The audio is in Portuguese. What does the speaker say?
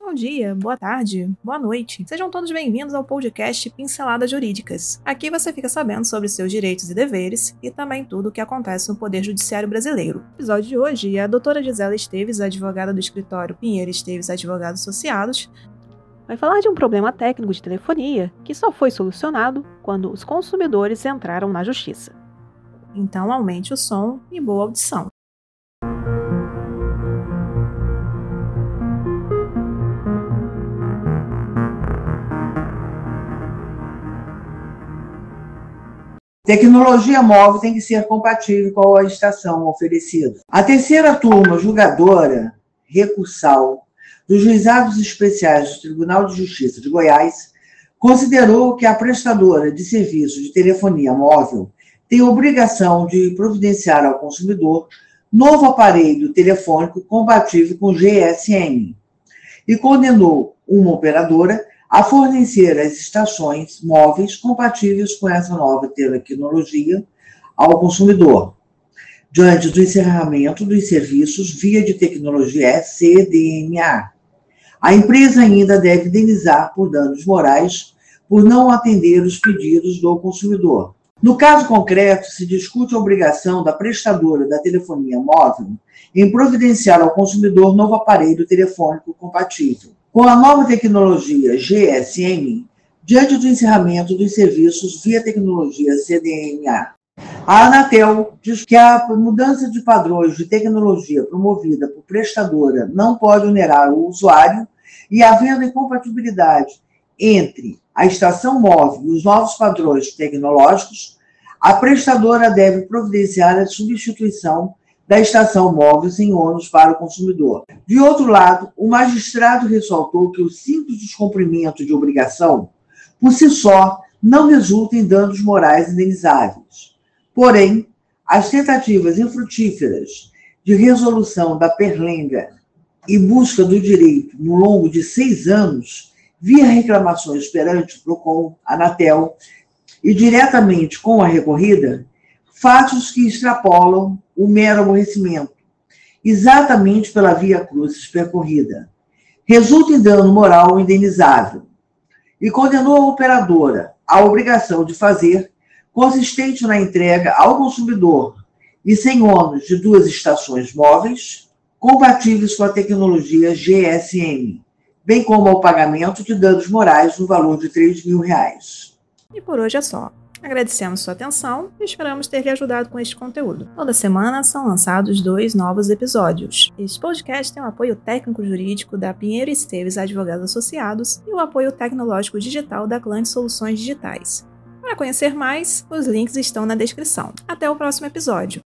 Bom dia, boa tarde, boa noite. Sejam todos bem-vindos ao podcast Pinceladas Jurídicas. Aqui você fica sabendo sobre seus direitos e deveres e também tudo o que acontece no Poder Judiciário Brasileiro. No episódio de hoje, a doutora Gisela Esteves, advogada do escritório Pinheiro Esteves Advogados Associados, vai falar de um problema técnico de telefonia que só foi solucionado quando os consumidores entraram na justiça. Então aumente o som e boa audição. Tecnologia móvel tem que ser compatível com a estação oferecida. A terceira turma julgadora recursal dos Juizados Especiais do Tribunal de Justiça de Goiás considerou que a prestadora de serviço de telefonia móvel tem obrigação de providenciar ao consumidor novo aparelho telefônico compatível com GSM e condenou uma operadora a fornecer as estações móveis compatíveis com essa nova tecnologia ao consumidor, diante do encerramento dos serviços via de tecnologia CDMA. A empresa ainda deve indenizar por danos morais por não atender os pedidos do consumidor. No caso concreto, se discute a obrigação da prestadora da telefonia móvel em providenciar ao consumidor novo aparelho telefônico compatível com a nova tecnologia GSM, diante do encerramento dos serviços via tecnologia CDMA. A Anatel diz que a mudança de padrões de tecnologia promovida por prestadora não pode onerar o usuário e, havendo incompatibilidade entre a estação móvel e os novos padrões tecnológicos, a prestadora deve providenciar a substituição da estação móvel sem ônus para o consumidor. De outro lado, o magistrado ressaltou que o simples descumprimento de obrigação, por si só, não resulta em danos morais indenizáveis. Porém, as tentativas infrutíferas de resolução da perlenga e busca do direito no longo de 6 anos, via reclamações perante o PROCON, Anatel, e diretamente com a recorrida, fatos que extrapolam o mero aborrecimento, exatamente pela via crucis percorrida, resulta em dano moral indenizável, e condenou a operadora à obrigação de fazer, consistente na entrega ao consumidor e sem ônus de 2 estações móveis, compatíveis com a tecnologia GSM, bem como ao pagamento de danos morais no valor de R$ 3.000. E por hoje é só. Agradecemos sua atenção e esperamos ter lhe ajudado com este conteúdo. Toda semana são lançados 2 novos episódios. Este podcast tem o apoio técnico-jurídico da Pinheiro Esteves Advogados Associados e o apoio tecnológico digital da Clã Soluções Digitais. Para conhecer mais, os links estão na descrição. Até o próximo episódio.